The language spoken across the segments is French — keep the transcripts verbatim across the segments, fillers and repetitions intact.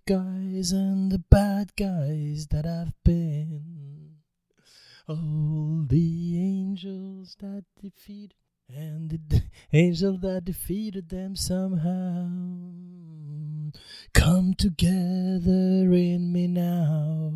guys and the bad guys that I've been. All the angels that defeated and the de- angels that defeated them somehow come together in me now.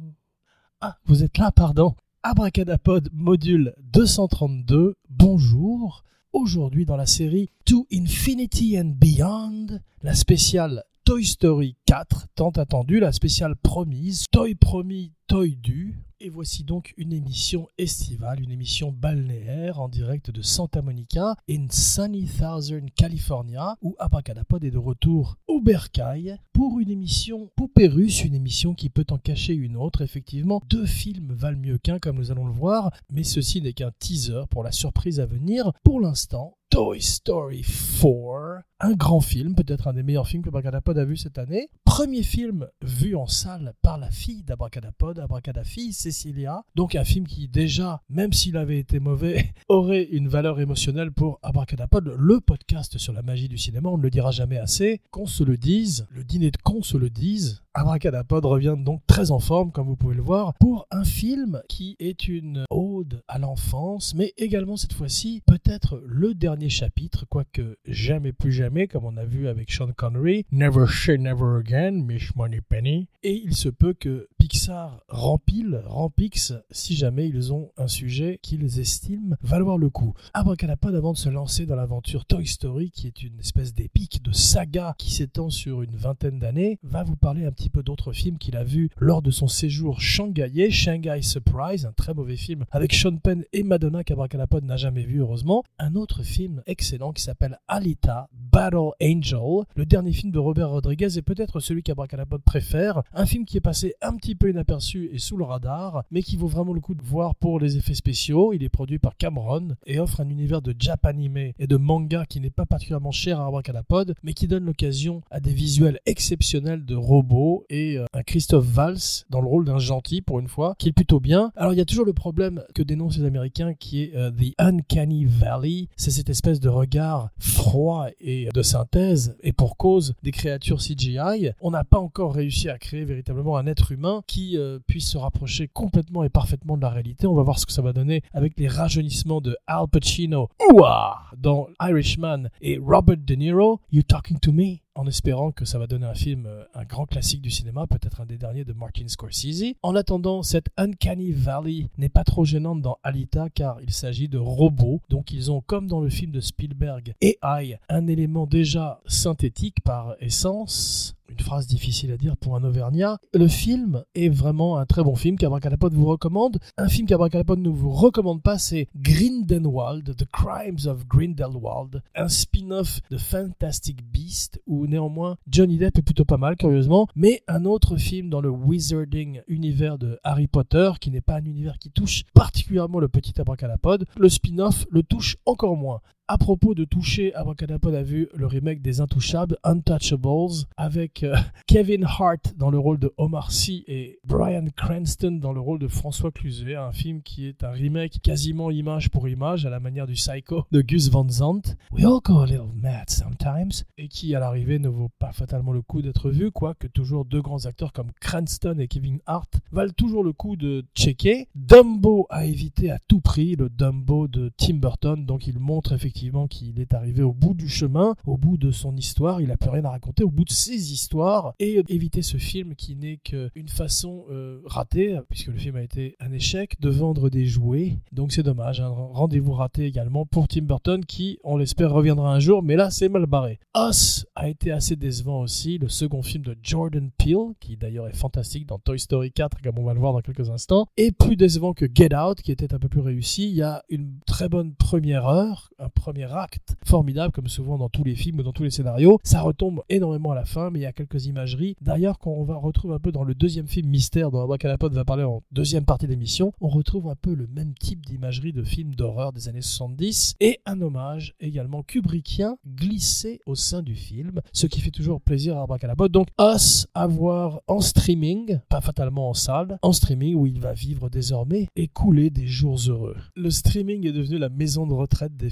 Ah, vous êtes là, pardon. Abracadapod module deux cent trente-deux, bonjour. Aujourd'hui dans la série To Infinity and Beyond, la spéciale Toy Story quatre, tant attendue, la spéciale promise, Toy promis, Toy dû. Et voici donc une émission estivale, une émission balnéaire en direct de Santa Monica, in sunny Southern California, où Abracadapod est de retour au bercail pour une émission poupée russe, une émission qui peut en cacher une autre. Effectivement, deux films valent mieux qu'un, comme nous allons le voir, mais ceci n'est qu'un teaser pour la surprise à venir. Pour l'instant, Toy Story quatre, un grand film, peut-être un des meilleurs films que Abracadapod a vu cette année. Premier film vu en salle par la fille d'Abracadapod, Abracadafille, Cecilia. Donc un film qui déjà, même s'il avait été mauvais, aurait une valeur émotionnelle pour Abracadapod, le podcast sur la magie du cinéma. On ne le dira jamais assez. Qu'on se le dise, le dîner de cons se le dise. Abracadapod revient donc très en forme, comme vous pouvez le voir, pour un film qui est une ode à l'enfance, mais également cette fois-ci peut-être le dernier chapitre, quoique jamais plus jamais, comme on a vu avec Sean Connery, Never Say Never Again, Miss Moneypenny, et il se peut que Pixar rempile, rempix, si jamais ils ont un sujet qu'ils estiment valoir le coup. Abracadapod, avant de se lancer dans l'aventure Toy Story, qui est une espèce d'épique, de saga qui s'étend sur une vingtaine d'années, va vous parler un petit peu d'autres films qu'il a vus lors de son séjour shanghaïais, Shanghai Surprise, un très mauvais film avec Sean Penn et Madonna qu'Abracadapod n'a jamais vu heureusement. Un autre film excellent qui s'appelle Alita, Battle Angel, le dernier film de Robert Rodriguez et peut-être celui qu'Abracadapod préfère, un film qui est passé un petit peu inaperçu et sous le radar, mais qui vaut vraiment le coup de voir pour les effets spéciaux. Il est produit par Cameron et offre un univers de Japanime et de manga qui n'est pas particulièrement cher à Abracadapod, mais qui donne l'occasion à des visuels exceptionnels de robots et euh, un Christophe Waltz dans le rôle d'un gentil pour une fois, qui est plutôt bien. Alors il y a toujours le problème que dénoncent les Américains qui est euh, The Uncanny Valley, c'est cette espèce de regard froid et de synthèse, et pour cause des créatures C G I. On n'a pas encore réussi à créer véritablement un être humain qui euh, puisse se rapprocher complètement et parfaitement de la réalité. On va voir ce que ça va donner avec les rajeunissements de Al Pacino Ouah dans Irishman et Robert De Niro, You Talking to Me, en espérant que ça va donner un film, un grand classique du cinéma, peut-être un des derniers de Martin Scorsese. En attendant, cette Uncanny Valley n'est pas trop gênante dans Alita, car il s'agit de robots, donc ils ont, comme dans le film de Spielberg, A I, un élément déjà synthétique par essence. Une phrase difficile à dire pour un Auvergnat. Le film est vraiment un très bon film qu'Abracadapod vous recommande. Un film qu'Abracadapod ne vous recommande pas, c'est Grindelwald, The Crimes of Grindelwald, un spin-off de Fantastic Beasts, où néanmoins Johnny Depp est plutôt pas mal, curieusement, mais un autre film dans le Wizarding univers de Harry Potter, qui n'est pas un univers qui touche particulièrement le petit Abracadapod. Le spin-off le touche encore moins. À propos de toucher, Abracadapod a vu le remake des Intouchables, Untouchables, avec euh, Kevin Hart dans le rôle de Omar Sy et Bryan Cranston dans le rôle de François Cluzet, un film qui est un remake quasiment image pour image à la manière du Psycho de Gus Van Sant. We all go a little mad sometimes, et qui à l'arrivée ne vaut pas fatalement le coup d'être vu, quoique toujours deux grands acteurs comme Cranston et Kevin Hart valent toujours le coup de checker. Dumbo a évité à tout prix, le Dumbo de Tim Burton, donc il montre effectivement qu'il est arrivé au bout du chemin, au bout de son histoire, il n'a plus rien à raconter, au bout de ses histoires, et éviter ce film qui n'est qu'une façon euh, ratée, puisque le film a été un échec, de vendre des jouets, donc c'est dommage, un rendez-vous raté également pour Tim Burton, qui, on l'espère, reviendra un jour, mais là c'est mal barré. Us a été assez décevant aussi, le second film de Jordan Peele, qui d'ailleurs est fantastique dans Toy Story quatre, comme on va le voir dans quelques instants, et plus décevant que Get Out, qui était un peu plus réussi. Il y a une très bonne première heure, un premier acte formidable, comme souvent dans tous les films ou dans tous les scénarios. Ça retombe énormément à la fin, mais il y a quelques imageries. D'ailleurs, quand on va retrouve un peu dans le deuxième film Mystère, dont Abracadapod va parler en deuxième partie de l'émission, on retrouve un peu le même type d'imagerie de films d'horreur des années soixante-dix, et un hommage également kubrickien glissé au sein du film, ce qui fait toujours plaisir à Abracadapod. Donc, Us à voir en streaming, pas fatalement en salle, en streaming où il va vivre désormais et couler des jours heureux. Le streaming est devenu la maison de retraite des films, et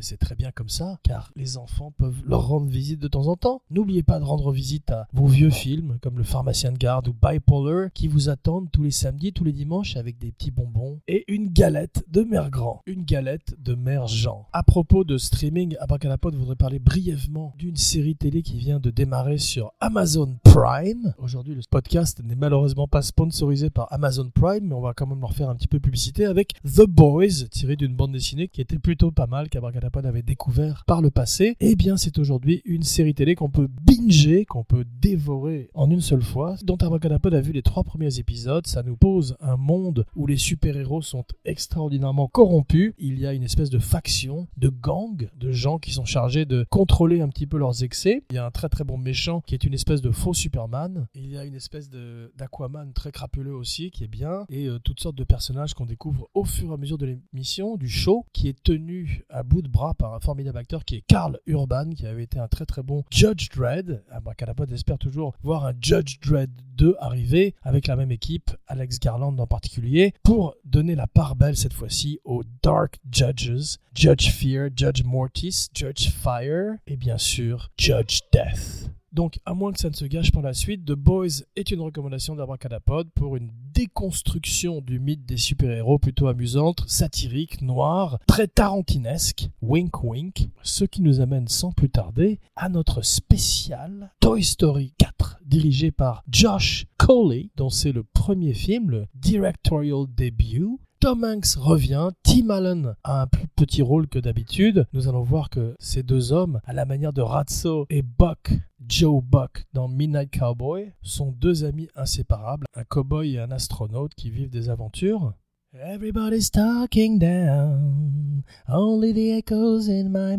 c'est très bien comme ça, car les enfants peuvent leur rendre visite de temps en temps. N'oubliez pas de rendre visite à vos vieux films, comme Le Pharmacien de garde ou Bipolar, qui vous attendent tous les samedis, tous les dimanches, avec des petits bonbons et une galette de Mère Grand, une galette de Mère Jean. À propos de streaming, Abracadapod voudrait parler brièvement d'une série télé qui vient de démarrer sur Amazon Prime. Aujourd'hui, le podcast n'est malheureusement pas sponsorisé par Amazon Prime, mais on va quand même leur faire un petit peu publicité avec The Boys, tiré d'une bande dessinée qui était plutôt pas mal, qu'Abracadapod avait découvert par le passé. Et bien, c'est aujourd'hui une série télé qu'on peut binger, qu'on peut dévorer en une seule fois, dont Abracadapod a vu les trois premiers épisodes. Ça nous pose un monde où les super-héros sont extraordinairement corrompus. Il y a une espèce de faction, de gang, de gens qui sont chargés de contrôler un petit peu leurs excès. Il y a un très très bon méchant qui est une espèce de faux Superman. Il y a une espèce de, d'Aquaman très crapuleux aussi qui est bien. Et euh, toutes sortes de personnages qu'on découvre au fur et à mesure de l'émission, du show, qui est tenu à bout de bras par un formidable acteur qui est Karl Urban, qui avait été un très très bon Judge Dredd. Abracadapod espère toujours voir un Judge Dredd deux arriver avec la même équipe, Alex Garland en particulier, pour donner la part belle cette fois-ci aux Dark Judges, Judge Fear, Judge Mortis, Judge Fire et bien sûr Judge Death. Donc, à moins que ça ne se gâche par la suite, The Boys est une recommandation d'Abracadapod pour une déconstruction du mythe des super-héros plutôt amusante, satirique, noire, très tarantinesque, wink wink, ce qui nous amène sans plus tarder à notre spécial Toy Story quatre, dirigé par Josh Coley, dont c'est le premier film, le directorial debut. Tom Hanks revient, Tim Allen a un plus petit rôle que d'habitude. Nous allons voir que ces deux hommes, à la manière de Ratso et Buck, Joe Buck dans Midnight Cowboy, sont deux amis inséparables, un cowboy et un astronaute qui vivent des aventures. Everybody's talking down, only the echoes in my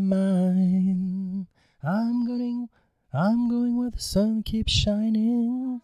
mind. I'm going, I'm going where the sun keeps shining.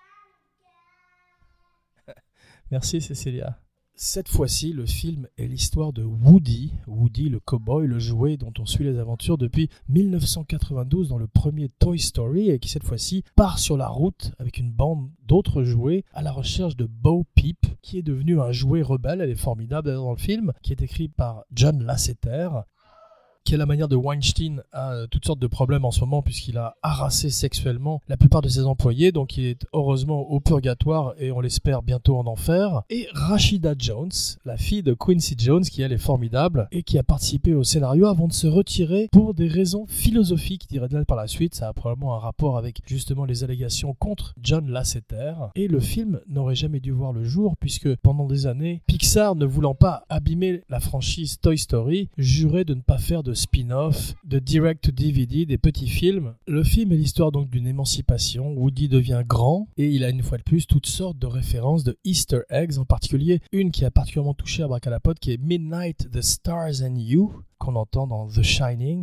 Merci Cécilia. Cette fois-ci, le film est l'histoire de Woody, Woody le cow-boy, le jouet dont on suit les aventures depuis dix-neuf cent quatre-vingt-douze dans le premier Toy Story et qui cette fois-ci part sur la route avec une bande d'autres jouets à la recherche de Bo Peep, qui est devenu un jouet rebelle. Elle est formidable dans le film, qui est écrit par John Lasseter, qui à la manière de Weinstein a toutes sortes de problèmes en ce moment puisqu'il a harassé sexuellement la plupart de ses employés, donc il est heureusement au purgatoire et on l'espère bientôt en enfer. Et Rashida Jones, la fille de Quincy Jones, qui elle est formidable et qui a participé au scénario avant de se retirer pour des raisons philosophiques, dirait-elle par la suite. Ça a probablement un rapport avec justement les allégations contre John Lasseter. Et le film n'aurait jamais dû voir le jour puisque pendant des années, Pixar, ne voulant pas abîmer la franchise Toy Story, jurait de ne pas faire de spin-off, de direct-to-D V D, des petits films. Le film est l'histoire donc d'une émancipation. Woody devient grand et il a une fois de plus toutes sortes de références, de Easter eggs, en particulier une qui a particulièrement touché Abracadapod, qui est Midnight, the Stars and You, qu'on entend dans The Shining.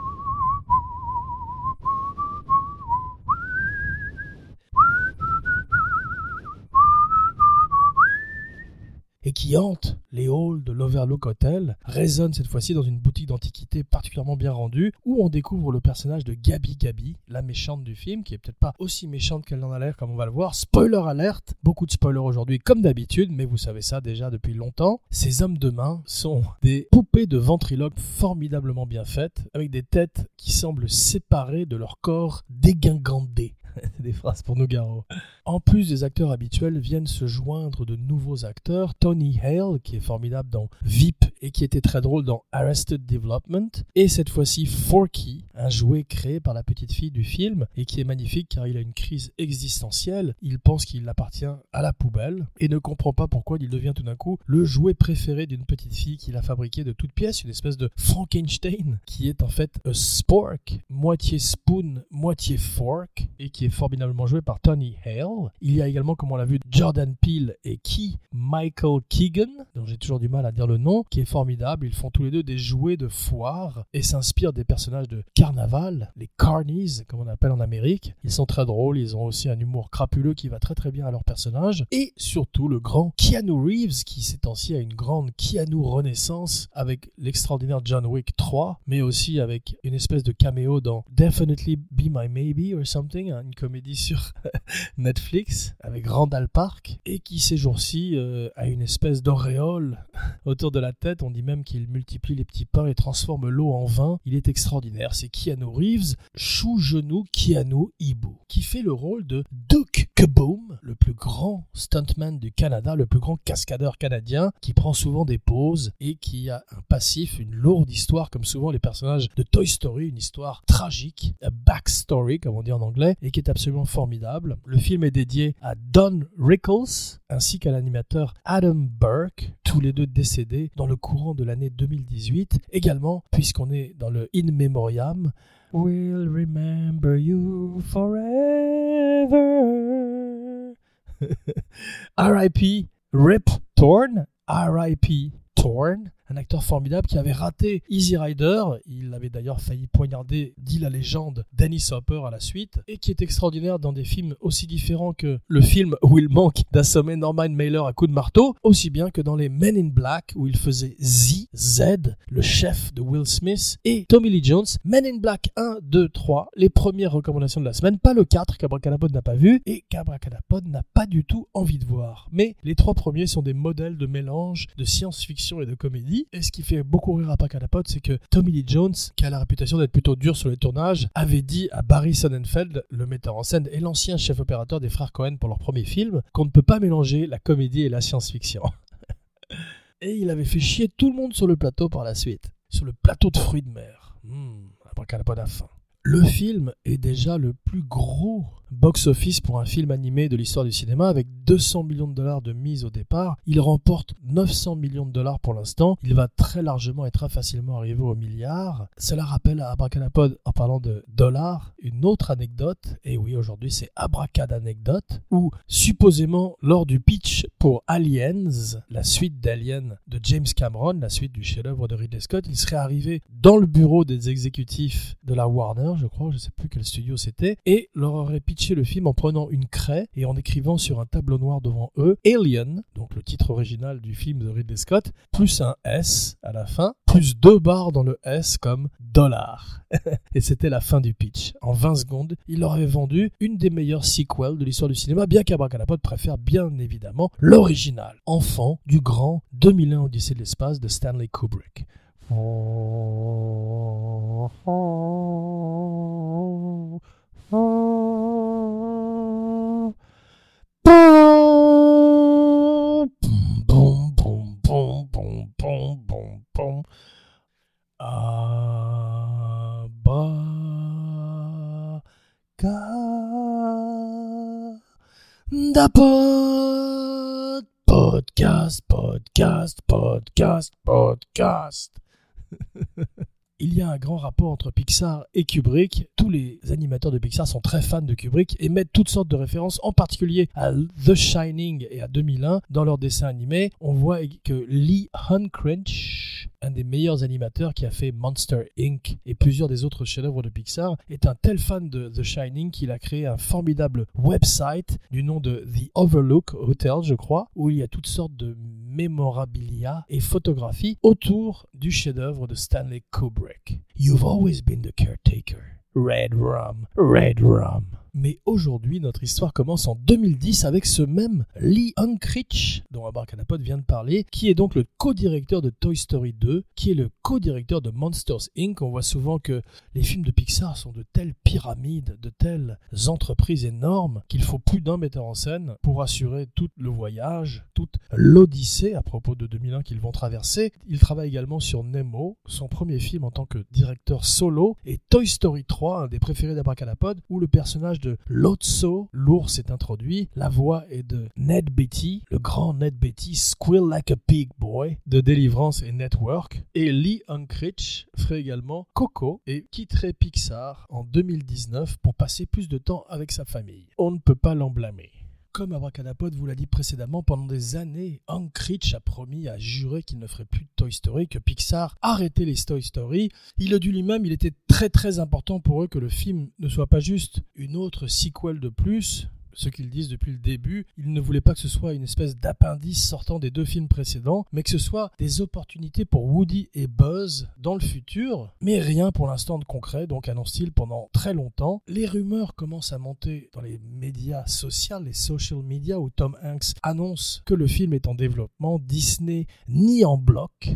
Et qui hante les halls de l'Overlook Hotel, résonne cette fois-ci dans une boutique d'antiquités particulièrement bien rendue, où on découvre le personnage de Gabi Gabi, la méchante du film, qui est peut-être pas aussi méchante qu'elle en a l'air, comme on va le voir. Spoiler alerte, beaucoup de spoilers aujourd'hui comme d'habitude, mais vous savez ça déjà depuis longtemps. Ces hommes de main sont des poupées de ventriloque formidablement bien faites, avec des têtes qui semblent séparées de leur corps dégingandé. C'est des phrases pour Nougaro. En plus des acteurs habituels, viennent se joindre de nouveaux acteurs. Tony Hale, qui est formidable dans V I P et qui était très drôle dans Arrested Development. Et cette fois-ci, Forky, un jouet créé par la petite fille du film et qui est magnifique car il a une crise existentielle. Il pense qu'il appartient à la poubelle et ne comprend pas pourquoi il devient tout d'un coup le jouet préféré d'une petite fille qu'il a fabriqué de toutes pièces, une espèce de Frankenstein qui est en fait un spork, moitié spoon, moitié fork, et qui est formidablement joué par Tony Hale. Il y a également, comme on l'a vu, Jordan Peele et Key Michael Keegan, dont j'ai toujours du mal à dire le nom, qui est formidable. Ils font tous les deux des jouets de foire et s'inspirent des personnages de carnaval, les carnies, comme on appelle en Amérique. Ils sont très drôles, ils ont aussi un humour crapuleux qui va très très bien à leurs personnages. Et surtout le grand Keanu Reeves, qui ces temps-ci a une grande Keanu renaissance avec l'extraordinaire John Wick trois, mais aussi avec une espèce de caméo dans Definitely Be My Maybe or Something, une comédie sur Netflix avec Randall Park, et qui ces jours-ci euh, a une espèce d'auréole autour de la tête on dit même qu'il multiplie les petits pains et transforme l'eau en vin. Il est extraordinaire. C'est Keanu Reeves, chou genou Keanu Hibou, qui fait le rôle de Duke Kaboom, le plus grand stuntman du Canada, le plus grand cascadeur canadien, qui prend souvent des pauses et qui a un passif, une lourde histoire, comme souvent les personnages de Toy Story, une histoire tragique, a backstory, comme on dit en anglais, et qui est absolument formidable. Le film est dédié à Don Rickles, ainsi qu'à l'animateur Adam Burke, tous les deux décédés dans le courant de l'année deux mille dix-huit. Également, puisqu'on est dans le In Memoriam, We'll remember you forever. R I P Rip Torn, R I P Torn, un acteur formidable qui avait raté Easy Rider. Il avait d'ailleurs failli poignarder, dit la légende, Dennis Hopper à la suite, et qui est extraordinaire dans des films aussi différents que le film où il manque d'assommer Norman Mailer à coups de marteau, aussi bien que dans les Men in Black où il faisait Z, Z, le chef de Will Smith, et Tommy Lee Jones. Men in Black un, deux, trois, les premières recommandations de la semaine, pas le quatre qu'Abracadapod n'a pas vu et qu'Abracadapod n'a pas du tout envie de voir. Mais les trois premiers sont des modèles de mélange de science-fiction et de comédie. Et ce qui fait beaucoup rire Abracadapod, c'est que Tommy Lee Jones, qui a la réputation d'être plutôt dur sur les tournages, avait dit à Barry Sonnenfeld, le metteur en scène et l'ancien chef opérateur des frères Coen pour leur premier film, qu'on ne peut pas mélanger la comédie et la science-fiction. Et il avait fait chier tout le monde sur le plateau par la suite. Sur le plateau de fruits de mer. Mmh, Abracadapod a faim. Le film est déjà le plus gros box-office pour un film animé de l'histoire du cinéma, avec deux cents millions de dollars de mise au départ. Il remporte neuf cents millions de dollars pour l'instant. Il va très largement et très facilement arriver au milliard. Cela rappelle à Abracadapod, en parlant de dollars, une autre anecdote. Et oui, aujourd'hui c'est Abracadanecdote, où supposément lors du pitch pour Aliens, la suite d'Alien de James Cameron, la suite du chef-d'œuvre de Ridley Scott, il serait arrivé dans le bureau des exécutifs de la Warner, je crois, je ne sais plus quel studio c'était, et leur aurait pitché le film en prenant une craie et en écrivant sur un tableau noir devant eux Alien, donc le titre original du film de Ridley Scott, plus un S à la fin, plus deux barres dans le S comme dollar. Et c'était la fin du pitch. En vingt secondes, il leur avait vendu une des meilleures sequels de l'histoire du cinéma, bien qu'Abracadapod préfère bien évidemment l'original, enfant du grand deux mille un Odyssée de l'espace de Stanley Kubrick. Abracadapod, podcast, podcast, podcast, podcast. Il y a un grand rapport entre Pixar et Kubrick. Tous les animateurs de Pixar sont très fans de Kubrick et mettent toutes sortes de références, en particulier à The Shining et à deux mille un. Dans leurs dessins animés, on voit que Lee Unkrich, un des meilleurs animateurs qui a fait Monster incorporé et plusieurs des autres chefs-d'œuvre de Pixar, est un tel fan de The Shining qu'il a créé un formidable website du nom de The Overlook Hotel, je crois, où il y a toutes sortes de mémorabilia et photographies autour du chef-d'œuvre de Stanley Kubrick. You've always been the caretaker. Red Rum, Red Rum. Mais aujourd'hui, notre histoire commence en deux mille dix avec ce même Lee Unkrich, dont Abracadapod vient de parler, qui est donc le co-directeur de Toy Story deux, qui est le co-directeur de Monsters incorporé. On voit souvent que les films de Pixar sont de telles pyramides, de telles entreprises énormes, qu'il faut plus d'un metteur en scène pour assurer tout le voyage, toute l'odyssée à propos de deux mille un qu'ils vont traverser. Il travaille également sur Nemo, son premier film en tant que directeur solo, et Toy Story trois, un des préférés d'Abracadapod, où le personnage de Lotso, l'ours, est introduit. La voix est de Ned Beatty, le grand Ned Beatty, Squeal Like a Pig Boy, de Deliverance et Network. Et Lee Unkrich ferait également Coco et quitterait Pixar en deux mille dix-neuf pour passer plus de temps avec sa famille. On ne peut pas l'en blâmer. Comme Abracadapod vous l'a dit précédemment, pendant des années, Unkrich a promis, a juré qu'il ne ferait plus de Toy Story, que Pixar arrêtait les Toy Story. Il a dit lui-même, il était très très important pour eux que le film ne soit pas juste une autre sequel de plus. Ce qu'ils disent depuis le début, ils ne voulaient pas que ce soit une espèce d'appendice sortant des deux films précédents, mais que ce soit des opportunités pour Woody et Buzz dans le futur, mais rien pour l'instant de concret, donc annonce-t-il pendant très longtemps. Les rumeurs commencent à monter dans les médias sociaux, les social media, où Tom Hanks annonce que le film est en développement. Disney nie en bloc.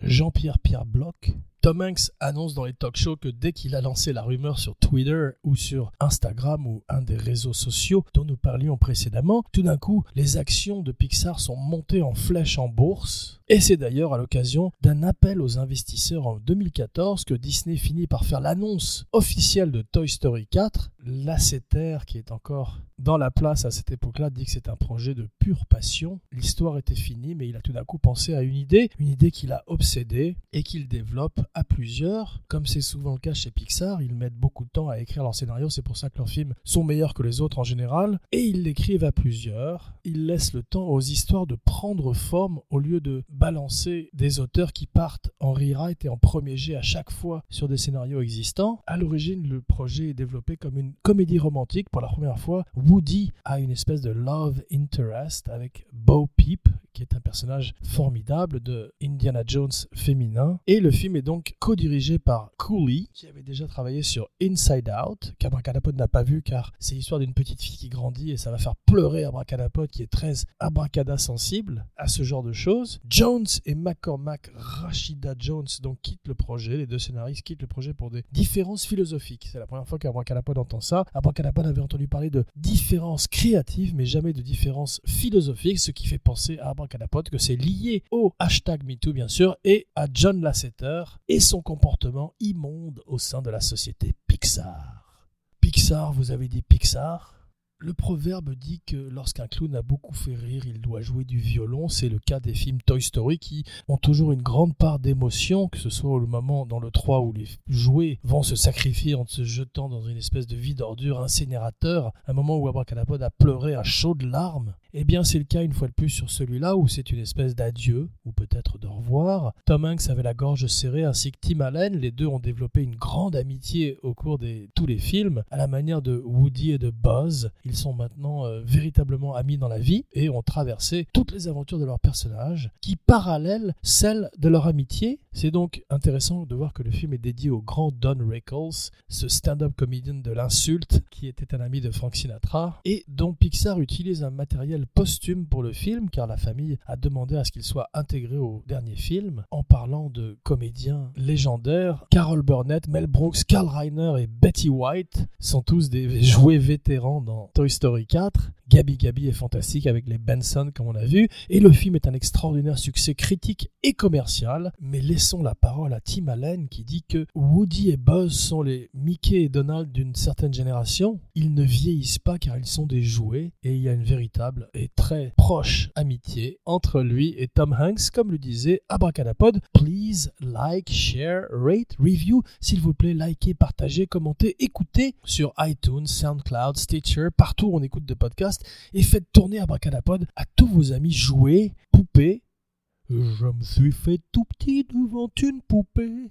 Jean-Pierre Pierre Bloch. Tom Hanks annonce dans les talk shows que dès qu'il a lancé la rumeur sur Twitter ou sur Instagram ou un des réseaux sociaux dont nous parlions précédemment, tout d'un coup, les actions de Pixar sont montées en flèche en bourse. Et c'est d'ailleurs à l'occasion d'un appel aux investisseurs en deux mille quatorze que Disney finit par faire l'annonce officielle de Toy Story quatre. Lasseter, qui est encore dans la place à cette époque-là, dit que c'est un projet de pure passion. L'histoire était finie, mais il a tout d'un coup pensé à une idée, une idée qui l'a obsédé et qu'il développe à plusieurs. Comme c'est souvent le cas chez Pixar, ils mettent beaucoup de temps à écrire leur scénario, c'est pour ça que leurs films sont meilleurs que les autres en général, et ils l'écrivent à plusieurs. Ils laissent le temps aux histoires de prendre forme au lieu de balancer des auteurs qui partent en rewrite et en premier jet à chaque fois sur des scénarios existants. À l'origine, le projet est développé comme une comédie romantique. Pour la première fois, Woody a une espèce de love interest avec Bo Peep, qui est un personnage formidable de Indiana Jones féminin. Et le film est donc co-dirigé par Cooley, qui avait déjà travaillé sur Inside Out, qu'Abracadapod n'a pas vu car c'est l'histoire d'une petite fille qui grandit et ça va faire pleurer Abracadapod qui est très abracada sensible à ce genre de choses. Jones et McCormack Rashida Jones donc quittent le projet, les deux scénaristes quittent le projet pour des différences philosophiques. C'est la première fois qu'Abracadapod entend ça. Abracadapod avait entendu parler de différences créatives mais jamais de différences philosophiques, ce qui fait penser à Abracadapod que c'est lié au hashtag MeToo bien sûr et à John Lasseter et son comportement immonde au sein de la société Pixar. Pixar, vous avez dit Pixar ? Le proverbe dit que lorsqu'un clown a beaucoup fait rire, il doit jouer du violon. C'est le cas des films Toy Story qui ont toujours une grande part d'émotion, que ce soit au moment dans le trois où les jouets vont se sacrifier en se jetant dans une espèce de vide ordure incinérateur, un moment où Abracadapod a pleuré à chaudes larmes. Eh bien, c'est le cas une fois de plus sur celui-là où c'est une espèce d'adieu, ou peut-être d'au revoir. Tom Hanks avait la gorge serrée ainsi que Tim Allen. Les deux ont développé une grande amitié au cours de tous les films, à la manière de Woody et de Buzz. Ils sont maintenant euh, véritablement amis dans la vie et ont traversé toutes les aventures de leurs personnages qui parallèlent celles de leur amitié. C'est donc intéressant de voir que le film est dédié au grand Don Rickles, ce stand-up comédien de l'insulte qui était un ami de Frank Sinatra et dont Pixar utilise un matériel posthume pour le film car la famille a demandé à ce qu'il soit intégré au dernier film en parlant de comédiens légendaires. Carol Burnett, Mel Brooks, Carl Reiner et Betty White sont tous des jouets vétérans dans Toy Story quatre. Gabi Gabi est fantastique avec les Benson comme on a vu et le film est un extraordinaire succès critique et commercial. Mais laissons la parole à Tim Allen qui dit que Woody et Buzz sont les Mickey et Donald d'une certaine génération. Ils ne vieillissent pas car ils sont des jouets et il y a une véritable et très proche amitié entre lui et Tom Hanks, comme le disait Abracadapod. Please like, share, rate, review, s'il vous plaît, likez, partagez, commentez, écoutez sur iTunes, SoundCloud, Stitcher, partout où on écoute de podcasts et faites tourner Abracadapod à tous vos amis jouets, poupées. Je me suis fait tout petit devant une poupée.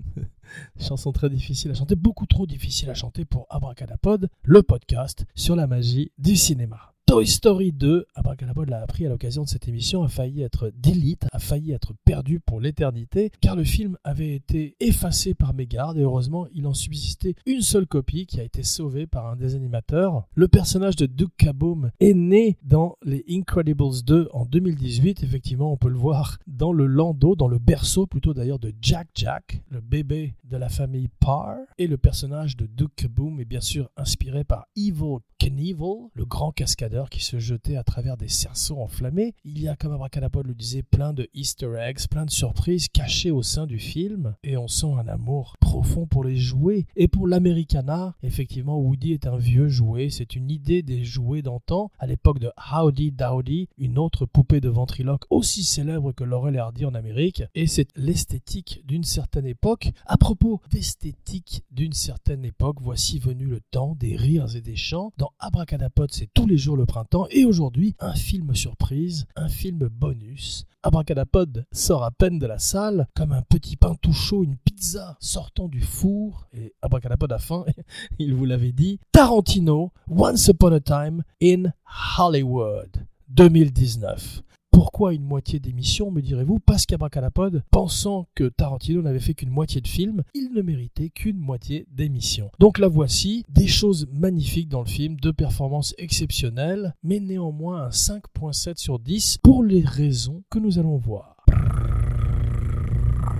Chanson très difficile à chanter, beaucoup trop difficile à chanter pour Abracadapod, le podcast sur la magie du cinéma. Toy Story deux, Abracadapod l'a appris à l'occasion de cette émission, a failli être delete, a failli être perdu pour l'éternité, car le film avait été effacé par mégarde et heureusement il en subsistait une seule copie qui a été sauvée par un des animateurs. Le personnage de Duke Kaboom est né dans les Incredibles deux en deux mille dix-huit, effectivement on peut le voir dans le landau, dans le berceau plutôt d'ailleurs de Jack Jack, le bébé de la famille Parr, et le personnage de Duke Kaboom est bien sûr inspiré par Evel Knievel, le grand cascadeur qui se jetait à travers des cerceaux enflammés. Il y a, comme Abracadapod le disait, plein de easter eggs, plein de surprises cachées au sein du film et on sent un amour profond pour les jouets et pour l'Americana. Effectivement, Woody est un vieux jouet, c'est une idée des jouets d'antan à l'époque de Howdy Dowdy, une autre poupée de ventriloque aussi célèbre que Laurel et Hardy en Amérique, et c'est l'esthétique d'une certaine époque. À propos d'esthétique d'une certaine époque, voici venu le temps des rires et des chants. Dans Abracadapod, c'est tous les jours le printemps et aujourd'hui, un film surprise, un film bonus. Abracadapod sort à peine de la salle comme un petit pain tout chaud, une pizza sortant du four et Abracadapod a faim, il vous l'avait dit. Tarantino, Once Upon a Time in Hollywood, deux mille dix-neuf. Pourquoi une moitié d'émission, me direz-vous? Parce qu'Abracadapod, pensant que Tarantino n'avait fait qu'une moitié de film, il ne méritait qu'une moitié d'émission. Donc la voici, des choses magnifiques dans le film, deux performances exceptionnelles, mais néanmoins un cinq virgule sept sur dix pour les raisons que nous allons voir.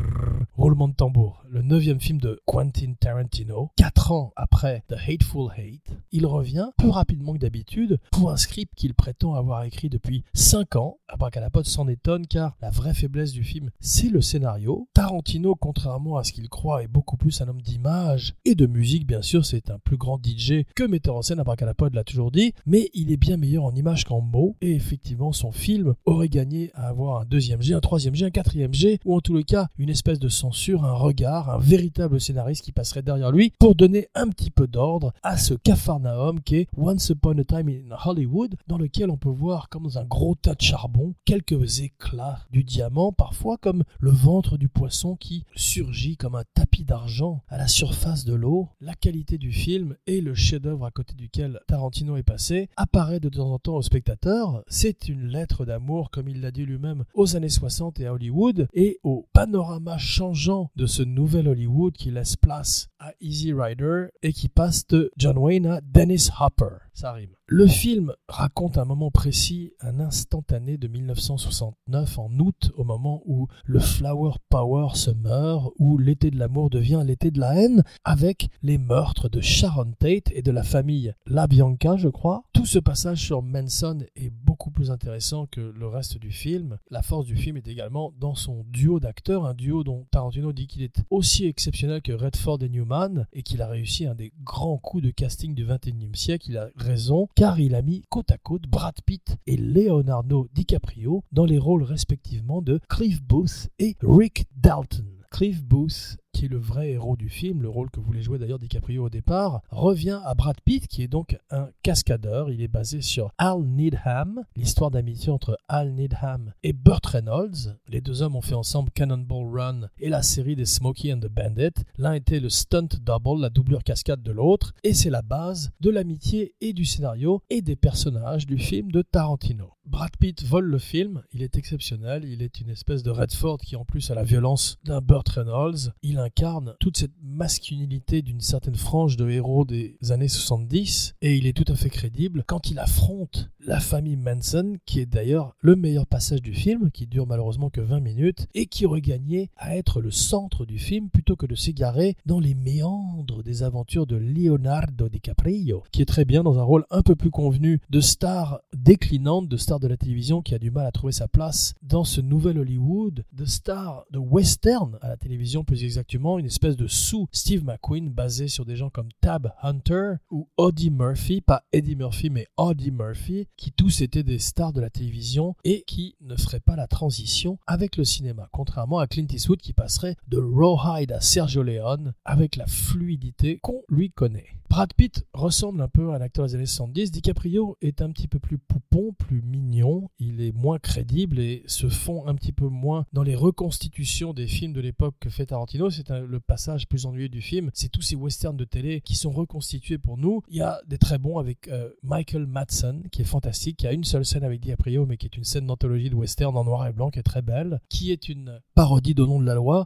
roulement de tambour, le neuvième film de Quentin Tarantino, quatre ans après The Hateful Eight, il revient plus rapidement que d'habitude pour un script qu'il prétend avoir écrit depuis cinq ans. Abracadapod s'en étonne car la vraie faiblesse du film, c'est le scénario. Tarantino, contrairement à ce qu'il croit, est beaucoup plus un homme d'image et de musique, bien sûr, c'est un plus grand D J que metteur en scène, Abracadapod l'a toujours dit, mais il est bien meilleur en images qu'en mots, et effectivement, son film aurait gagné à avoir un deuxième G, un troisième G, un quatrième G, ou en tous les cas, une espèce de censure, un regard, un véritable scénariste qui passerait derrière lui pour donner un petit peu d'ordre à ce capharnaüm qu'est Once Upon a Time in Hollywood, dans lequel on peut voir comme dans un gros tas de charbon quelques éclats du diamant, parfois comme le ventre du poisson qui surgit comme un tapis d'argent à la surface de l'eau. La qualité du film et le chef-d'œuvre à côté duquel Tarantino est passé apparaît de temps en temps au spectateur. C'est une lettre d'amour, comme il l'a dit lui-même, aux années soixante et à Hollywood, et au panorama changeant de ce nouvel Hollywood qui laisse place à Easy Rider et qui passe de John Wayne à Dennis Hopper. Ça rime. Le film raconte un moment précis, un instantané de mille neuf cent soixante-neuf en août, au moment où le flower power se meurt, où l'été de l'amour devient l'été de la haine, avec les meurtres de Sharon Tate et de la famille LaBianca, je crois. Tout ce passage sur Manson est beaucoup plus intéressant que le reste du film. La force du film est également dans son duo d'acteurs, un duo dont Tarantino dit qu'il est aussi exceptionnel que Redford et Newman, et qu'il a réussi un des grands coups de casting du vingt et unième siècle. Il a raison, car il a mis côte à côte Brad Pitt et Leonardo DiCaprio dans les rôles respectivement de Cliff Booth et Rick Dalton. Cliff Booth, qui est le vrai héros du film, le rôle que voulait jouer d'ailleurs DiCaprio au départ, revient à Brad Pitt, qui est donc un cascadeur. Il est basé sur Al Needham, l'histoire d'amitié entre Al Needham et Burt Reynolds. Les deux hommes ont fait ensemble Cannonball Run et la série des Smokey and the Bandit. L'un était le stunt double, la doublure cascade de l'autre, et c'est la base de l'amitié et du scénario et des personnages du film de Tarantino. Brad Pitt vole le film, il est exceptionnel, il est une espèce de Redford qui en plus a la violence d'un Burt Reynolds. Il incarne toute cette masculinité d'une certaine frange de héros des années soixante-dix, et il est tout à fait crédible quand il affronte la famille Manson, qui est d'ailleurs le meilleur passage du film, qui dure malheureusement que vingt minutes, et qui aurait gagné à être le centre du film plutôt que de s'égarer dans les méandres des aventures de Leonardo DiCaprio, qui est très bien dans un rôle un peu plus convenu de star déclinante, de star de la télévision qui a du mal à trouver sa place dans ce nouvel Hollywood, de star de western à la télévision plus exactement, une espèce de sous-Steve McQueen basé sur des gens comme Tab Hunter ou Audie Murphy, pas Eddie Murphy mais Audie Murphy, qui tous étaient des stars de la télévision et qui ne feraient pas la transition avec le cinéma, contrairement à Clint Eastwood qui passerait de Rawhide à Sergio Leone avec la fluidité qu'on lui connaît. Brad Pitt ressemble un peu à un acteur des années soixante-dix. DiCaprio est un petit peu plus poupon, plus mignon. Il est moins crédible et se fond un petit peu moins dans les reconstitutions des films de l'époque que fait Tarantino. C'est un, le passage plus ennuyeux du film. C'est tous ces westerns de télé qui sont reconstitués pour nous. Il y a des très bons avec euh, Michael Madsen, qui est fantastique, qui a une seule scène avec DiCaprio, mais qui est une scène d'anthologie de western en noir et blanc, qui est très belle, qui est une parodie d'Au nom de la loi.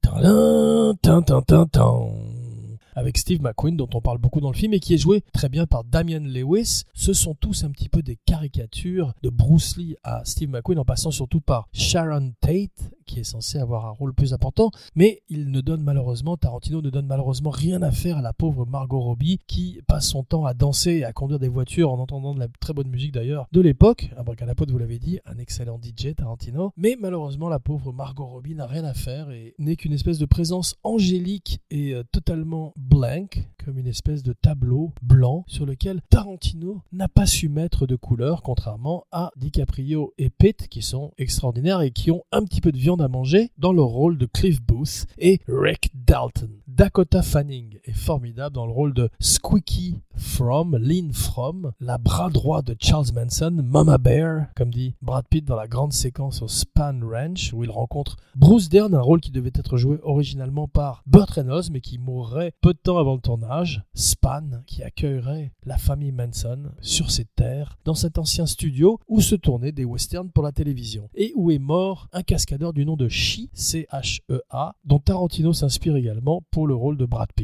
Tadam, tin, tin, tin, tin. Avec Steve McQueen, dont on parle beaucoup dans le film, et qui est joué très bien par Damian Lewis. Ce sont tous un petit peu des caricatures de Bruce Lee à Steve McQueen, en passant surtout par Sharon Tate, qui est censée avoir un rôle plus important, mais il ne donne malheureusement, Tarantino ne donne malheureusement rien à faire à la pauvre Margot Robbie, qui passe son temps à danser et à conduire des voitures en entendant de la très bonne musique d'ailleurs de l'époque. Abracadapod, vous l'avez dit, un excellent D J Tarantino, mais malheureusement la pauvre Margot Robbie n'a rien à faire et n'est qu'une espèce de présence angélique et euh, totalement blank, comme une espèce de tableau blanc sur lequel Tarantino n'a pas su mettre de couleur, contrairement à DiCaprio et Pitt, qui sont extraordinaires et qui ont un petit peu de viande à manger dans leur rôle de Cliff Booth et Rick Dalton. Dakota Fanning est formidable dans le rôle de Squeaky Fromm, Lynn Fromm, la bras droit de Charles Manson, Mama Bear, comme dit Brad Pitt dans la grande séquence au Span Ranch, où il rencontre Bruce Dern, un rôle qui devait être joué originalement par Burt Reynolds, mais qui mourrait peu de temps avant le tournage. Span, qui accueillerait la famille Manson sur ses terres, dans cet ancien studio où se tournaient des westerns pour la télévision, et où est mort un cascadeur du nom de Shea, C H E A, dont Tarantino s'inspire également pour le rôle de Brad Pitt.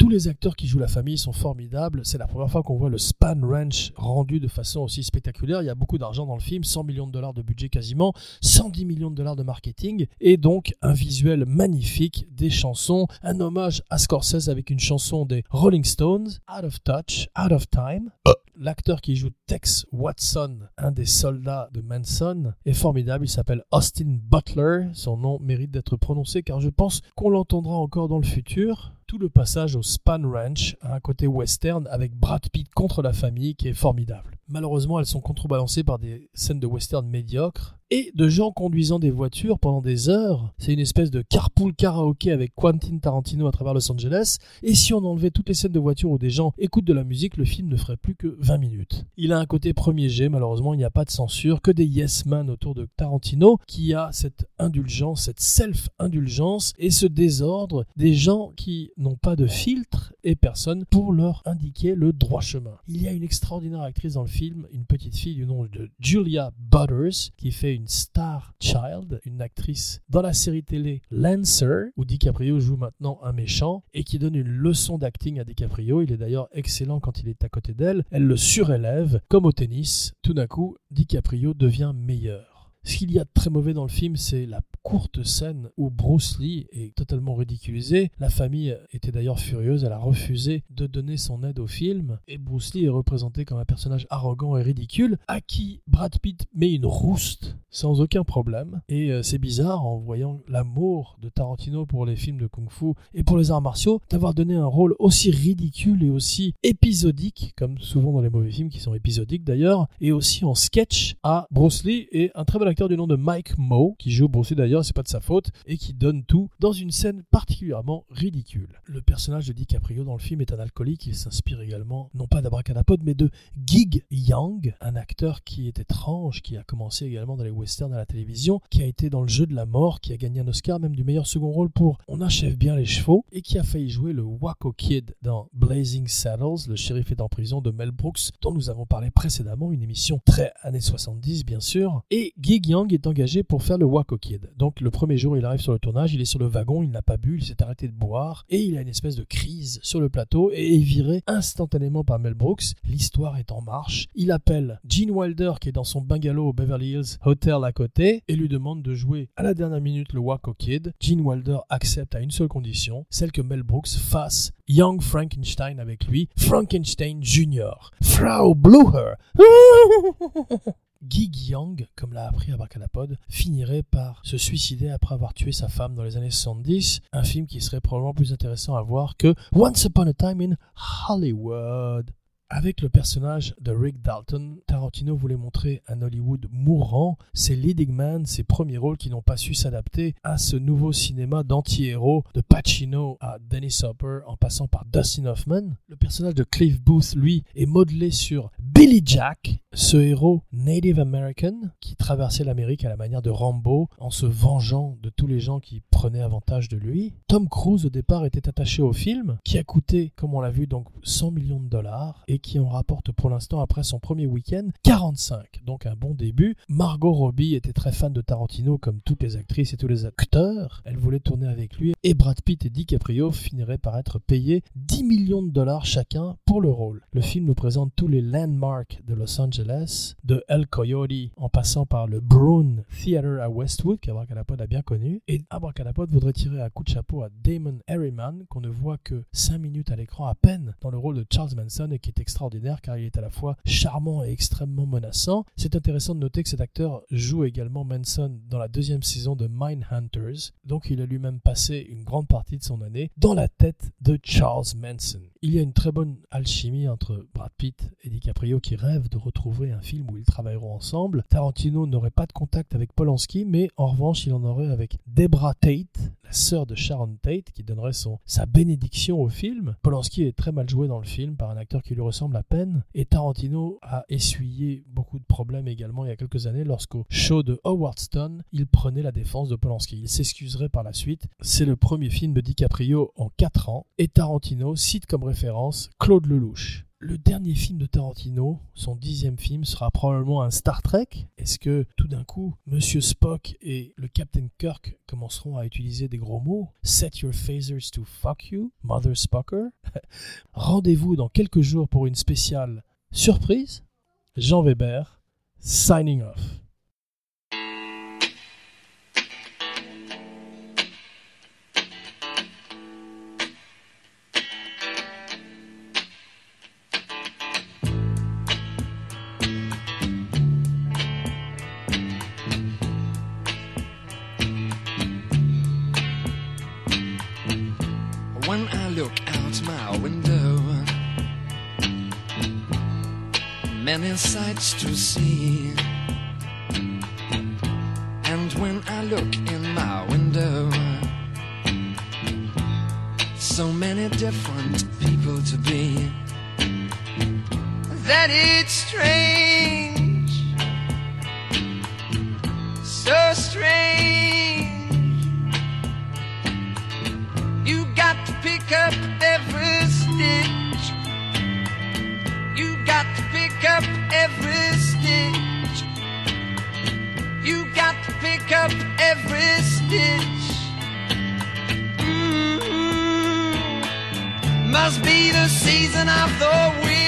Tous les acteurs qui jouent la famille sont formidables. C'est la première fois qu'on voit le Spahn Ranch rendu de façon aussi spectaculaire. Il y a beaucoup d'argent dans le film, cent millions de dollars de budget quasiment, cent dix millions de dollars de marketing et donc un visuel magnifique, des chansons, un hommage à Scorsese avec une chanson des Rolling Stones, Out of Touch, Out of Time. L'acteur qui joue Tex Watson, un des soldats de Manson, est formidable. Il s'appelle Austin Butler. Son nom mérite d'être prononcé car je pense qu'on l'entendra encore dans le futur. Tout le passage au Spahn Ranch a un côté western avec Brad Pitt contre la famille qui est formidable. Malheureusement, elles sont contrebalancées par des scènes de western médiocres et de gens conduisant des voitures pendant des heures. C'est une espèce de carpool karaoké avec Quentin Tarantino à travers Los Angeles. Et si on enlevait toutes les scènes de voiture où des gens écoutent de la musique, le film ne ferait plus que vingt minutes. Il a un côté premier jet, malheureusement, il n'y a pas de censure, que des yes man autour de Tarantino qui a cette indulgence, cette self-indulgence et ce désordre des gens qui n'ont pas de filtre et personne pour leur indiquer le droit chemin. Il y a une extraordinaire actrice dans le film, une petite fille du nom de Julia Butters, qui fait une star child, une actrice dans la série télé Lancer, où DiCaprio joue maintenant un méchant, et qui donne une leçon d'acting à DiCaprio. Il est d'ailleurs excellent quand il est à côté d'elle. Elle le surélève, comme au tennis. Tout d'un coup, DiCaprio devient meilleur. Ce qu'il y a de très mauvais dans le film, c'est la courte scène où Bruce Lee est totalement ridiculisé. La famille était d'ailleurs furieuse, elle a refusé de donner son aide au film. Et Bruce Lee est représenté comme un personnage arrogant et ridicule, à qui Brad Pitt met une rouste sans aucun problème. Et euh, c'est bizarre, en voyant l'amour de Tarantino pour les films de kung-fu et pour les arts martiaux, d'avoir donné un rôle aussi ridicule et aussi épisodique, comme souvent dans les mauvais films qui sont épisodiques d'ailleurs, et aussi en sketch à Bruce Lee et un très bel acteur du nom de Mike Moe, qui joue Bruce Lee d'ailleurs, c'est pas de sa faute, et qui donne tout dans une scène particulièrement ridicule. Le personnage de DiCaprio dans le film est un alcoolique, il s'inspire également, non pas d'Abracadapod, mais de Gig Young, un acteur qui est étrange, qui a commencé également dans les westerns à la télévision, qui a été dans Le Jeu de la mort, qui a gagné un Oscar même du meilleur second rôle pour On achève bien les chevaux, et qui a failli jouer le Waco Kid dans Blazing Saddles, le shérif est en prison de Mel Brooks, dont nous avons parlé précédemment, une émission très années soixante-dix bien sûr, et Gig Young est engagé pour faire le Waco Kid. Donc le premier jour, il arrive sur le tournage, il est sur le wagon, il n'a pas bu, il s'est arrêté de boire et il a une espèce de crise sur le plateau et est viré instantanément par Mel Brooks. L'histoire est en marche. Il appelle Gene Wilder qui est dans son bungalow au Beverly Hills Hotel à côté et lui demande de jouer à la dernière minute le Waco Kid. Gene Wilder accepte à une seule condition, celle que Mel Brooks fasse Young Frankenstein avec lui, Frankenstein Junior Frau Blucher. Gig Young, comme l'a appris Abracadapod, finirait par se suicider après avoir tué sa femme dans les années soixante-dix, un film qui serait probablement plus intéressant à voir que Once Upon a Time in Hollywood. Avec le personnage de Rick Dalton, Tarantino voulait montrer un Hollywood mourant, ses leading men, ses premiers rôles qui n'ont pas su s'adapter à ce nouveau cinéma d'anti-héros, de Pacino à Dennis Hopper en passant par Dustin Hoffman. Le personnage de Cliff Booth, lui, est modelé sur Billy Jack, ce héros Native American qui traversait l'Amérique à la manière de Rambo en se vengeant de tous les gens qui prenaient avantage de lui. Tom Cruise au départ était attaché au film qui a coûté, comme on l'a vu, donc cent millions de dollars et qui en rapporte pour l'instant après son premier week-end quarante-cinq, donc un bon début. Margot Robbie était très fan de Tarantino comme toutes les actrices et tous les acteurs. Elle voulait tourner avec lui et Brad Pitt et DiCaprio finiraient par être payés dix millions de dollars chacun pour le rôle. Le film nous présente tous les landmarks de Los Angeles, de El Coyote en passant par le Brown Theater à Westwood qu'Abracadapod a bien connu, et Abracadapod voudrait tirer à coup de chapeau à Damon Harriman qu'on ne voit que cinq minutes à l'écran à peine dans le rôle de Charles Manson et qui est extraordinaire car il est à la fois charmant et extrêmement menaçant. C'est intéressant de noter que cet acteur joue également Manson dans la deuxième saison de Mindhunters, donc il a lui-même passé une grande partie de son année dans la tête de Charles Manson. Il y a une très bonne alchimie entre Brad Pitt et DiCaprio qui rêvent de retrouver un film où ils travailleront ensemble. Tarantino n'aurait pas de contact avec Polanski, mais en revanche il en aurait avec Debra Tate, la sœur de Sharon Tate, qui donnerait son, sa bénédiction au film. Polanski est très mal joué dans le film par un acteur qui lui ressemble à peine, et Tarantino a essuyé beaucoup de problèmes également il y a quelques années lorsqu'au show de Howard Stern, il prenait la défense de Polanski. Il s'excuserait par la suite. C'est le premier film de DiCaprio en quatre ans, et Tarantino cite comme référence Claude Lelouch. le dernier film de Tarantino, son dixième film, sera probablement un Star Trek. Est-ce que tout d'un coup, Monsieur Spock et le Captain Kirk commenceront à utiliser des gros mots? Set your phasers to fuck you, Mother Spocker. Rendez-vous dans quelques jours pour une spéciale surprise. Jean Weber, signing off. When I look out my window, many sights to see. And when I look in my window, so many different people to be, that it's strange, so strange. You got to pick up every stitch. You got to pick up every stitch. You got to pick up every stitch. Mm-hmm. Must be the season of the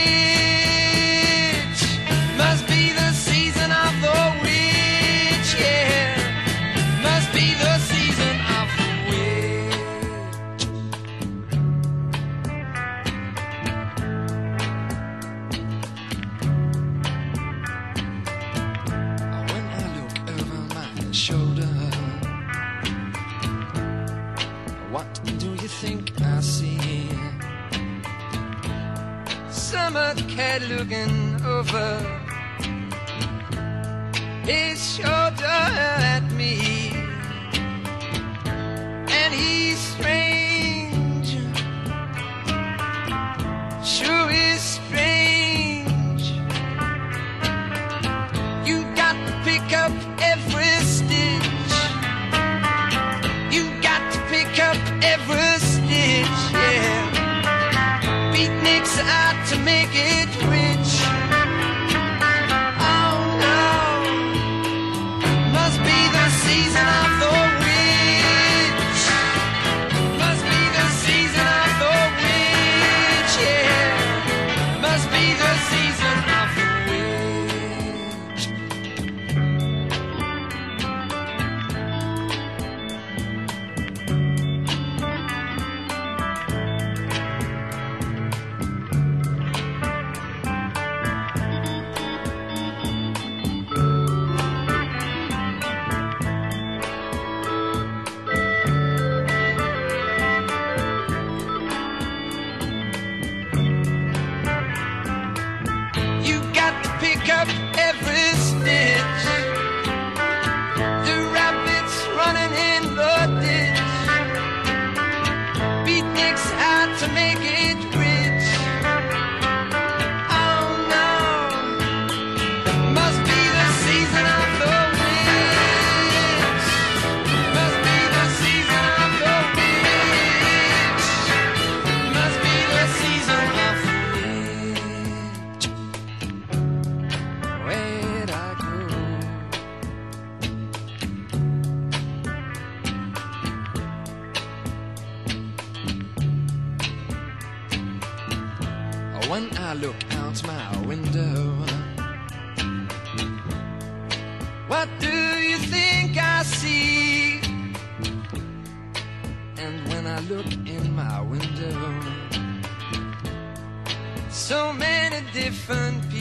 witch. Must be the season of the witch, yeah. Must be the season of the witch. Shoulder, what do you think I see? Summer cat looking over his shoulder at me, and he's strange, sure is strange. You got to pick up every every stitch, yeah. Beatniks out to make it rich. Oh no, must be the season of the witch. Must be the season of the witch, yeah. Must be the season of the up every stitch. The rabbits running in the ditch. Beatniks out to make it rich. Oh no, must be the season of the witch. Must be the season of the witch. Must be the season of the witch. When I look out my window, what do you think I see? And when I look in my window, so many different people